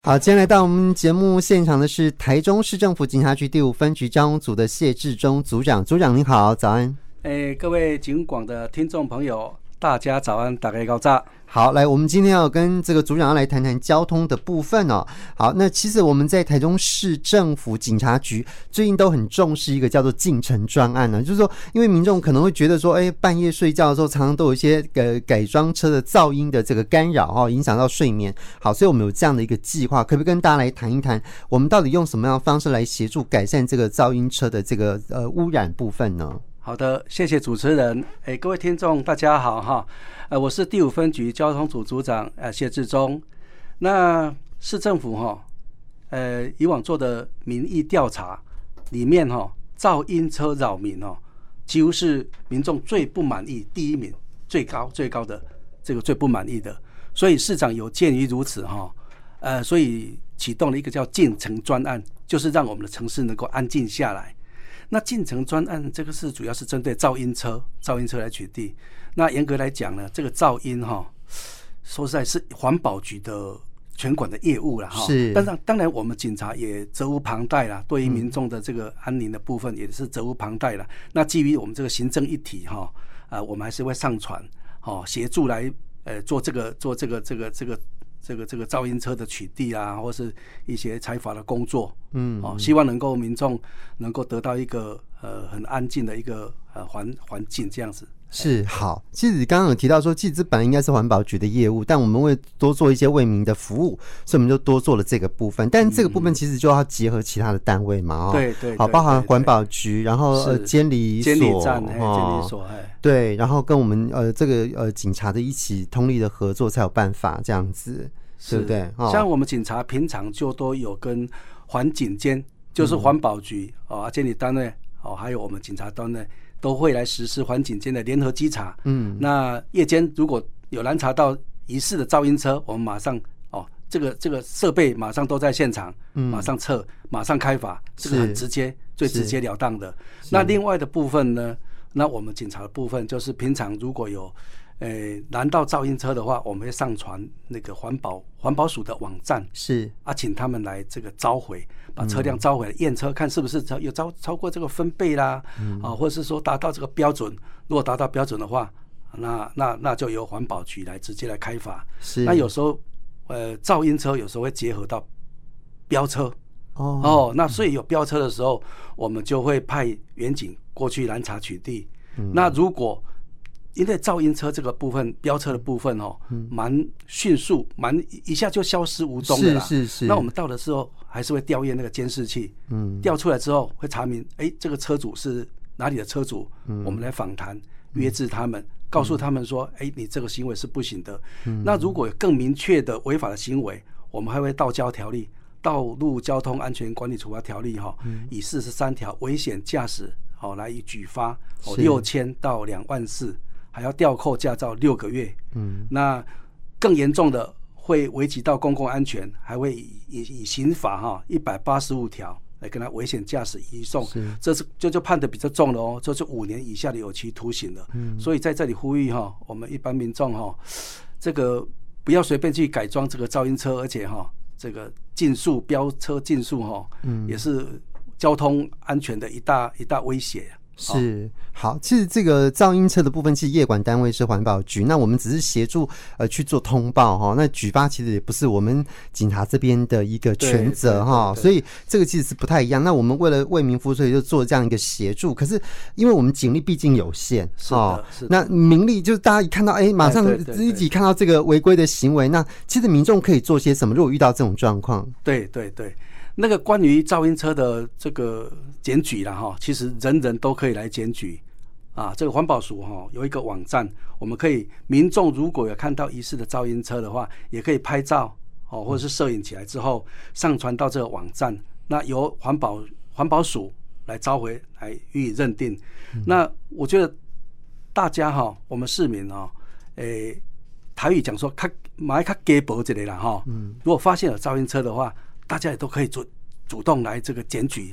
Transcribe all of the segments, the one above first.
好，今天来到我们节目现场的是台中市政府警察局第5分局交通组的谢志忠组长。组长您好，早安。 各位警广的听众朋友，大家早安，大家早。 好，来，我们今天要跟这个组长要来谈谈交通的部分哦。好，那其实我们在台中市政府警察局最近都很重视一个叫做进城专案呢，就是说，因为民众可能会觉得说，半夜睡觉的时候常常都有一些改装车的噪音的这个干扰哦，影响到睡眠。好，所以我们有这样的一个计划，可不可以跟大家来谈一谈，我们到底用什么样的方式来协助改善这个噪音车的这个污染部分呢？ 好的，谢谢主持人。各位听众大家好哈，我是第5分局交通组组长谢志忠。那市政府以往做的民意调查里面噪音车扰民几乎是民众最不满意，第一名，最高的这个最不满意的。所以市长有鉴于如此所以启动了一个叫进城专案，就是让我们的城市能够安静下来。那进城专案这个是主要是针对噪音车来取缔。那严格来讲呢，这个噪音说实在是环保局的全管的业务啦是。 当然我们警察也责无旁贷啦，对于民众的这个安宁的部分也是责无旁贷啦。那基于我们这个行政一体我们还是会上传协助来做这个噪音车的取缔啊，或是一些采罚的工作，希望能够民众能够得到一个很安静的一个环境这样子。 是。好，其实刚刚有提到说，其实这本来应该是环保局的业务，但我们会多做一些为民的服务，所以我们就多做了这个部分。但这个部分其实就要结合其他的单位嘛， 对， 好，包含环保局，然后监理所、 监理站、监理所， 对，然后跟我们这个警察的一起通力的合作才有办法这样子，对不对？ 像我们警察平常就都有跟环警监，就是环保局监理单位还有我们警察单位都会来实施环警监的联合稽查。那夜间如果有拦查到疑似的噪音车，我们马上这个设备马上都在现场，马上测，马上开罚，这个很直接，最直截了当的。那另外的部分呢，那我们警察的部分就是平常如果有拦到噪音车的话，我们会上传那个环保署的网站， 是请他们来这个召回，把车辆召回来验车，看是不是有超过这个分贝啦，或者是说达到这个标准。如果达到标准的话，那就由环保局来直接来开罚。 是。 那有时候噪音车有时候会结合到飙车。那所以有飙车的时候，我们就会派员警过去拦查取缔。那如果因为噪音车这个部分，飙车的部分蛮迅速，一下就消失无踪的啦。 是。 那我们到的时候还是会调验那个监视器，调出来之后会查明，这个车主是哪里的车主，我们来访谈，约制他们，告诉他们说，你这个行为是不行的。那如果有更明确的违法的行为，我们还会道路交通安全管理处罚条例以43条危险驾驶来以举发6000到24000。还要吊扣驾照6个月。那更严重的会危及到公共安全，还会以刑法185条来跟他危险驾驶移送，这是就判的比较重了这是5年以下的有期徒刑了。所以在这里呼吁我们一般民众这个不要随便去改装这个噪音车，而且这个竞速飙车竞速也是交通安全的一大威胁。 是。好，其实这个噪音车的部分，其实业管单位是环保局，那我们只是协助去做通报那举发其实也不是我们警察这边的一个权责所以这个其实是不太一样。那我们为了为民服务，所以就做这样一个协助。可是因为我们警力毕竟有限，那民力就是大家一看到马上自己看到这个违规的行为，那其实民众可以做些什么？如果遇到这种状况， 对。那个关于噪音车的这个检举啦其实人人都可以来检举这个环保署有一个网站，我们可以民众如果有看到疑似的噪音车的话，也可以拍照或者是摄影起来之后上传到这个网站，那由环保署来召回来予以认定。那我觉得大家我们市民台语讲说买较鸡婆一个啦如果发现有噪音车的话，大家也都可以主动来这个检举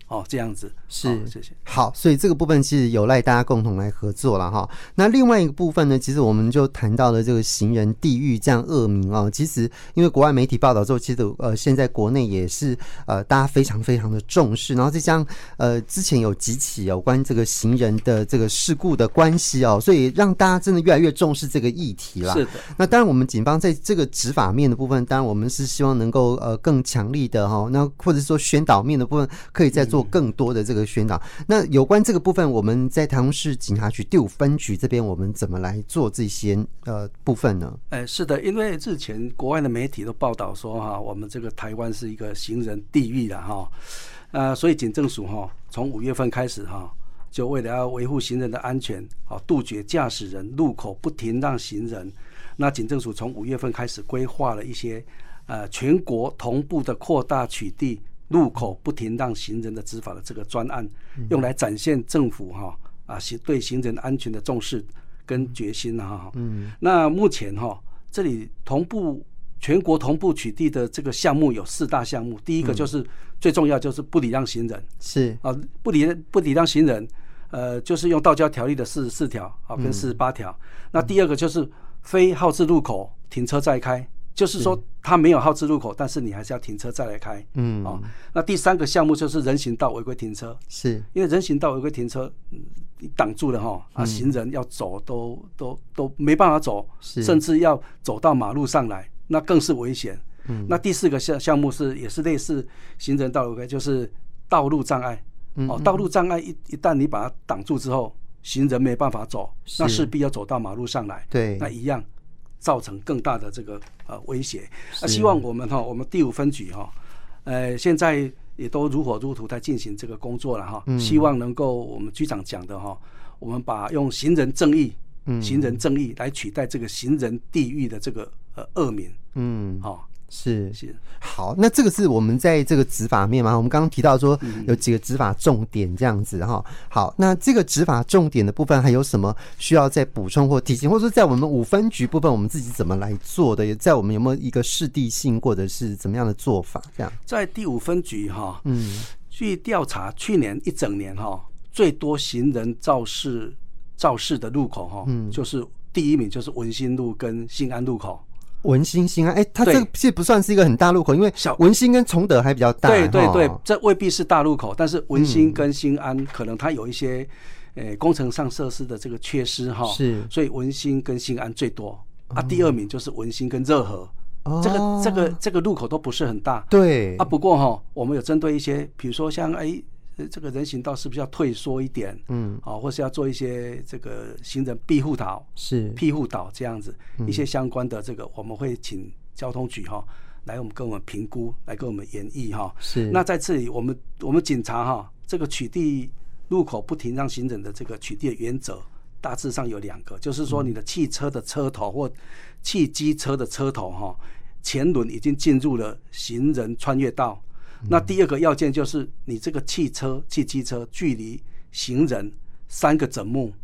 这样子是， 谢谢。 好，所以这个部分其实有赖大家共同来合作了哈。那另外一个部分呢，其实我们就谈到了这个行人地狱这样恶名其实因为国外媒体报道之后，其实现在国内也是大家非常非常的重视，然后再加上之前有几起有关这个行人的这个事故的关系所以让大家真的越来越重视这个议题啦。 是的。 那当然，我们警方在这个执法面的部分，当然我们是希望能够更强力的那或者说宣导面的部分，可以再做更多的这个宣导。那有关这个部分，我们在台中市警察局第5分局这边，我们怎么来做这些部分呢？ 是的，因为之前国外的媒体都报道说我们这个台湾是一个行人地狱啦所以警政署从5月份开始就为了要维护行人的安全杜绝驾驶人路口不停让行人，那警政署从5月份开始规划了一些全国同步的扩大取缔路口不停让行人的执法的这个专案，用来展现政府对行人安全的重视跟决心那目前这里全国同步取缔的这个项目有4大项目。第一个就是最重要，就是不礼让行人， 是不礼让行人，就是用道交条例的44条跟48条。那第二个就是非号志路口停车再开，就是说它没有号志路口，但是你还是要停车再来开。那第3个项目就是人行道违规停车， 是因为人行道违规停车挡住了行人要走都没办法走，甚至要走到马路上来，那更是危险。那第4个项目也是类似行人道违规，就是道路障碍。道路障碍一旦你把它挡住之后，行人没办法走，那势必要走到马路上来， 对， 那一样造成更大的这个威胁。希望我们第5分局现在也都如火如荼在进行这个工作了希望能够我们局长讲的我们把用行人正义来取代这个行人地狱的这个恶名。 是好，那这个是我们在这个执法面嘛，我们刚刚提到说有几个执法重点这样子好，那这个执法重点的部分还有什么需要再补充或提醒，或者说在我们5分局部分我们自己怎么来做的，在我们有没有一个适地性或者是怎么样的做法这样？ 在第5分局据调查去年一整年最多行人肇事的路口就是第1名就是文心路跟新安路口。 文心新安，它这个其实不算是一个很大路口，因为文心跟崇德还比较大。 对，这未必是大路口，但是文心跟新安可能它有一些工程上设施的这个缺失是， 所以文心跟新安最多第2名就是文心跟热河。这个路口都不是很大。 对不过我们有针对一些，比如说像这个人行道是不是要退缩一点？或是要做一些这个行人庇护岛这样子，一些相关的这个，我们会请交通局来跟我们评估，来跟我们研议是。 那在这里，我们警察这个取缔路口不停让行人的这个取缔的原则，大致上有2个，就是说你的汽车的车头或汽机车的车头前轮已经进入了行人穿越道。那第2个要件就是你这个汽机车距离行人3个整目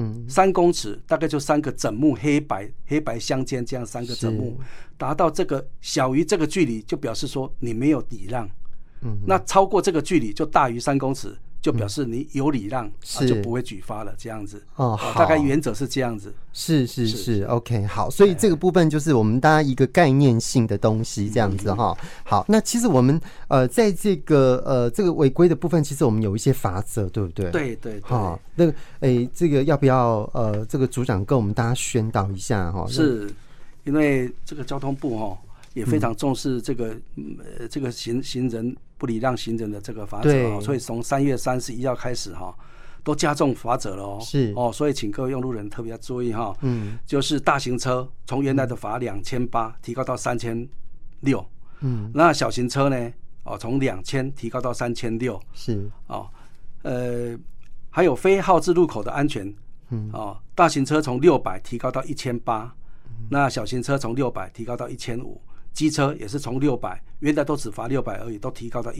，3公尺，大概就3个整目黑白相间这样3个整目，达到这个小于这个距离，就表示说你没有礼让。那超过这个距离就大于3公尺，就表示你有礼让，就不会举发了这样子。大概原则是这样子。 是 OK 好，所以这个部分就是我们大家一个概念性的东西这样子好，那其实我们在这个违规的部分，其实我们有一些法则，对不对？ 对。 那个这个要不要这个组长跟我们大家宣导一下是因为这个交通部也非常重视这个这个行人不礼让行人的这个法则所以从3月31号开始都加重罚则了是所以请各位用路人特别要注意就是大型车从原来的罚2800提高到3600那小型车呢从2000提高到3600 是还有非号志路口的安全大型车从600提高到1800那小型车从600提高到1500机车也是从600，原来都只罚600而已，都提高到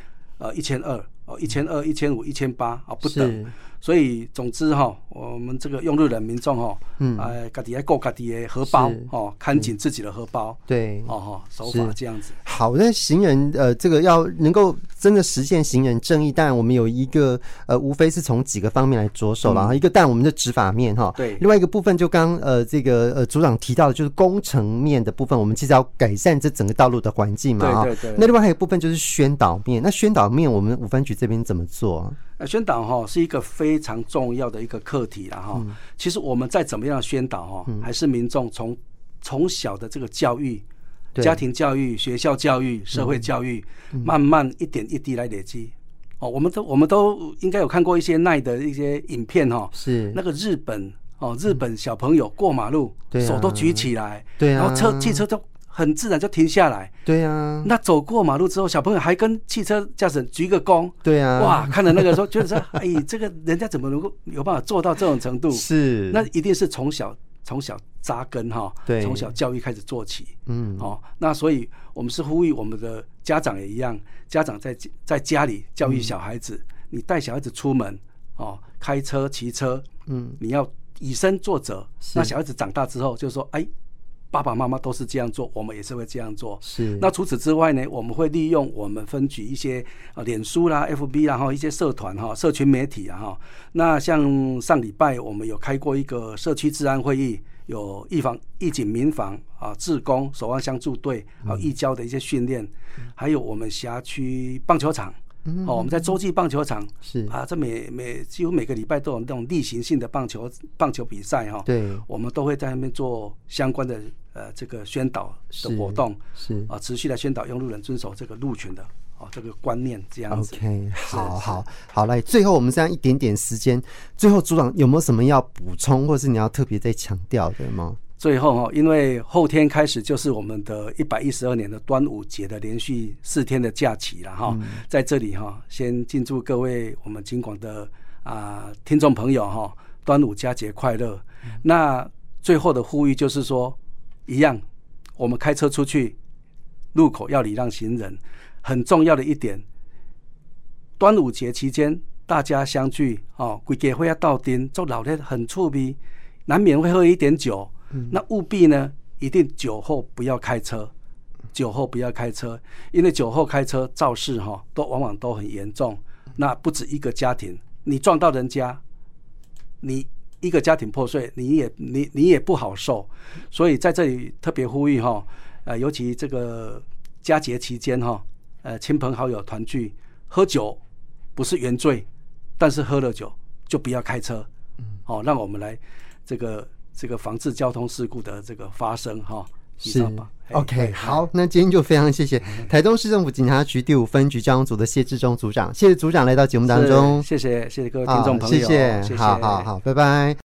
1200、1200、1500、1800不等。所以总之我们这个用路人民众自己要顾自己的荷包看紧自己的荷包。 对手法这样子。 好，那行人这个要能够真的实现行人正义，当然我们有一个无非是从几个方面来着手啦。一个当然我们的执法面哈， 对， 另外一个部分就刚这个组长提到的，就是工程面的部分，我们其实要改善这整个道路的环境嘛，对对对。那另外还有一部分就是宣导面，那宣导面我们五分局这边怎么做？ 宣导是一个非常重要的一个课题啦其实我们再怎么样宣导还是民众从小的这个教育、家庭教育、学校教育、社会教育，慢慢一点一滴来累积。我们都应该有看过一些耐的一些影片是那个日本小朋友过马路，手都举起来，然后汽车都很自然就停下来。对啊，那走过马路之后，小朋友还跟汽车驾驶人鞠个躬。对啊，哇，看了那个时候觉得说，哎，这个人家怎么能够有办法做到这种程度？是，那一定是从小扎根对，从小教育开始做起。那所以我们是呼吁我们的家长也一样，家长在家里教育小孩子，你带小孩子出门开车、骑车，你要以身作则。那小孩子长大之后就说，哎。爸爸妈妈都是这样做，我们也是会这样做。是。那除此之外呢，我们会利用我们分局一些脸书啦、FB 啦，然后一些社团社群媒体啊那像上礼拜我们有开过一个社区治安会议，有义警民防志工、守望相助队，还有义交的一些训练，还有我们辖区棒球场。我们在洲际棒球场是这几乎每个礼拜都有那种例行性的棒球比赛对，我们都会在那边做相关的这个宣导的活动，是持续来宣导用路人遵守这个路权的这个观念，这样子。OK， 好，来，最后我们这样一点点时间，最后组长有没有什么要补充，或是你要特别再强调的吗？最后因为后天开始就是我们的112年的端午节的连续4天的假期了在这里先敬祝各位我们警广的听众朋友端午佳节快乐。那最后的呼吁就是说，一样，我们开车出去路口要礼让行人，很重要的一点，端午节期间大家相聚规家伙斗阵做老天很趣味，难免会喝一点酒。那务必呢，一定酒后不要开车，因为酒后开车肇事往往都很严重。那不止一个家庭，你撞到人家，你一个家庭破碎，你也不好受。所以在这里特别呼吁尤其这个佳节期间亲朋好友团聚，喝酒不是原罪，但是喝了酒就不要开车。让我们来这个防治交通事故的这个发生是 OK， 好，那今天就非常谢谢台东市政府警察局第5分局交通组的谢志忠组长，谢谢组长来到节目当中，谢谢各位听众朋友，谢谢，好，拜拜。